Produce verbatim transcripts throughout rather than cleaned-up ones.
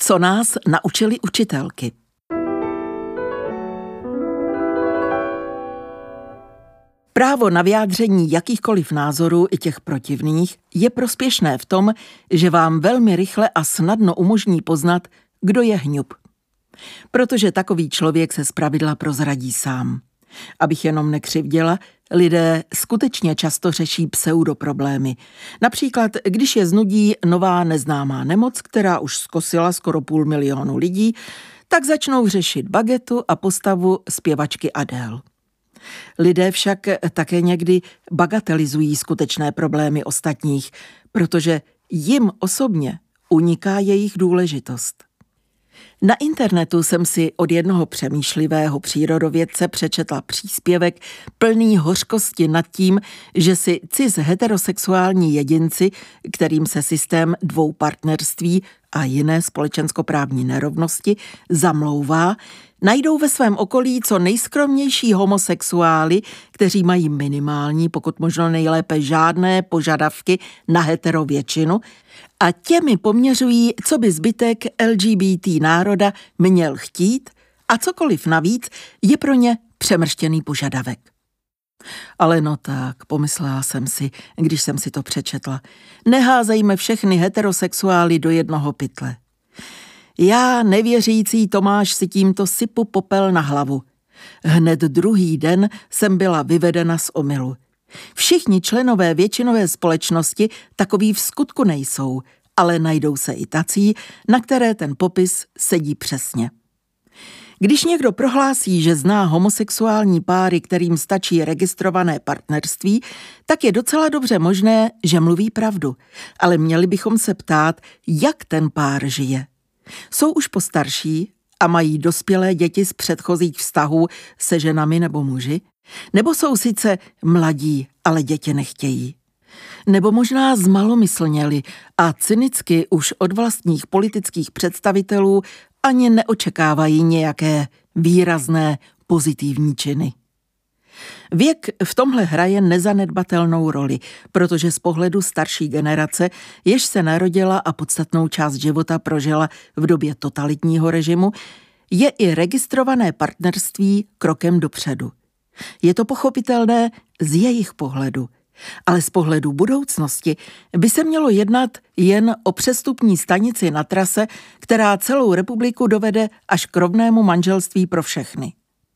Co nás naučily učitelky. Právo na vyjádření jakýchkoliv názorů, i těch protivných, je prospěšné v tom, že vám velmi rychle a snadno umožní poznat, kdo je hňup. Protože takový člověk se zpravidla prozradí sám. Abych jenom nekřivděla, lidé skutečně často řeší pseudoproblémy. Například, když je znudí nová neznámá nemoc, která už zkosila skoro půl milionu lidí, tak začnou řešit bagetu a postavu zpěvačky Adele. Lidé však také někdy bagatelizují skutečné problémy ostatních, protože jim osobně uniká jejich důležitost. Na internetu jsem si od jednoho přemýšlivého přírodovědce přečetla příspěvek plný hořkosti nad tím, že si cis heterosexuální jedinci, kterým se systém dvou partnerství a jiné společenskoprávní nerovnosti zamlouvá, najdou ve svém okolí co nejskromnější homosexuály, kteří mají minimální, pokud možno nejlépe žádné požadavky na heterovětšinu, a těmi poměřují, co by zbytek L G B T národa měl chtít, a cokoliv navíc je pro ně přemrštěný požadavek. Ale no tak, pomyslela jsem si, když jsem si to přečetla, neházejme všechny heterosexuály do jednoho pytle. Já, nevěřící Tomáš, si tímto sypu popel na hlavu. Hned druhý den jsem byla vyvedena z omylu. Všichni členové většinové společnosti takoví v skutku nejsou, ale najdou se i tací, na které ten popis sedí přesně. Když někdo prohlásí, že zná homosexuální páry, kterým stačí registrované partnerství, tak je docela dobře možné, že mluví pravdu, ale měli bychom se ptát, jak ten pár žije. Jsou už postarší a mají dospělé děti z předchozích vztahů se ženami nebo muži? Nebo jsou sice mladí, ale děti nechtějí? Nebo možná zmalomyslněli a cynicky už od vlastních politických představitelů ani neočekávají nějaké výrazné pozitivní činy? Věk v tomhle hraje nezanedbatelnou roli, protože z pohledu starší generace, jež se narodila a podstatnou část života prožila v době totalitního režimu, je i registrované partnerství krokem dopředu. Je to pochopitelné z jejich pohledu, ale z pohledu budoucnosti by se mělo jednat jen o přestupní stanici na trase, která celou republiku dovede až k rovnému manželství pro všechny.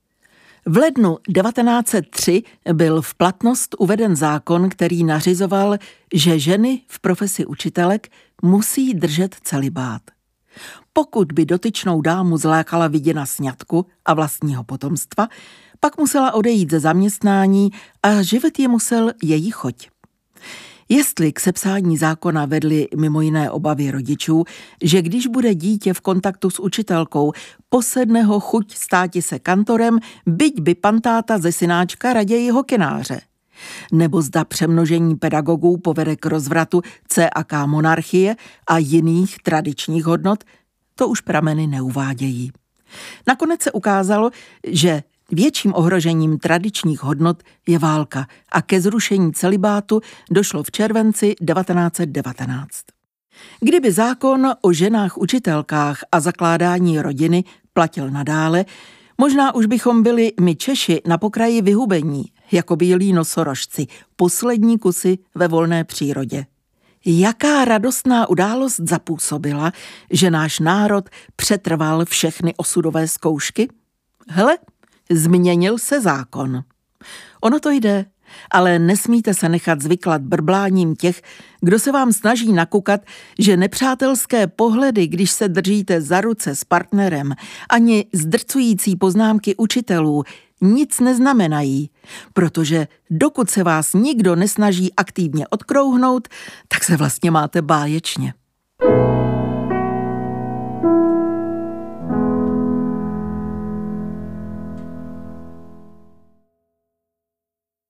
V lednu devatenáct set tři byl v platnost uveden zákon, který nařizoval, že ženy v profesi učitelek musí držet celibát. Pokud by dotyčnou dámu zlákala viděna sňatku a vlastního potomstva, pak musela odejít ze zaměstnání a živit ji musel její choť. Jestli k sepsání zákona vedly mimo jiné obavy rodičů, že když bude dítě v kontaktu s učitelkou, posedne ho chuť státi se kantorem, byť by pan táta ze synáčka raději hokenáře. Nebo zda přemnožení pedagogů povede k rozvratu C a K monarchie a jiných tradičních hodnot, to už prameny neuvádějí. Nakonec se ukázalo, že větším ohrožením tradičních hodnot je válka a ke zrušení celibátu došlo v červenci devatenáct set devatenáct. Kdyby zákon o ženách učitelkách a zakládání rodiny platil nadále, možná už bychom byli my Češi na pokraji vyhubení, jako bílí nosorožci, poslední kusy ve volné přírodě. Jaká radostná událost zapůsobila, že náš národ přetrval všechny osudové zkoušky? Hele, změnil se zákon. Ono to jde, ale nesmíte se nechat zvyklat brbláním těch, kdo se vám snaží nakukat, že nepřátelské pohledy, když se držíte za ruce s partnerem, ani zdrcující poznámky učitelů nic neznamenají, protože dokud se vás nikdo nesnaží aktivně odkrouhnout, tak se vlastně máte báječně.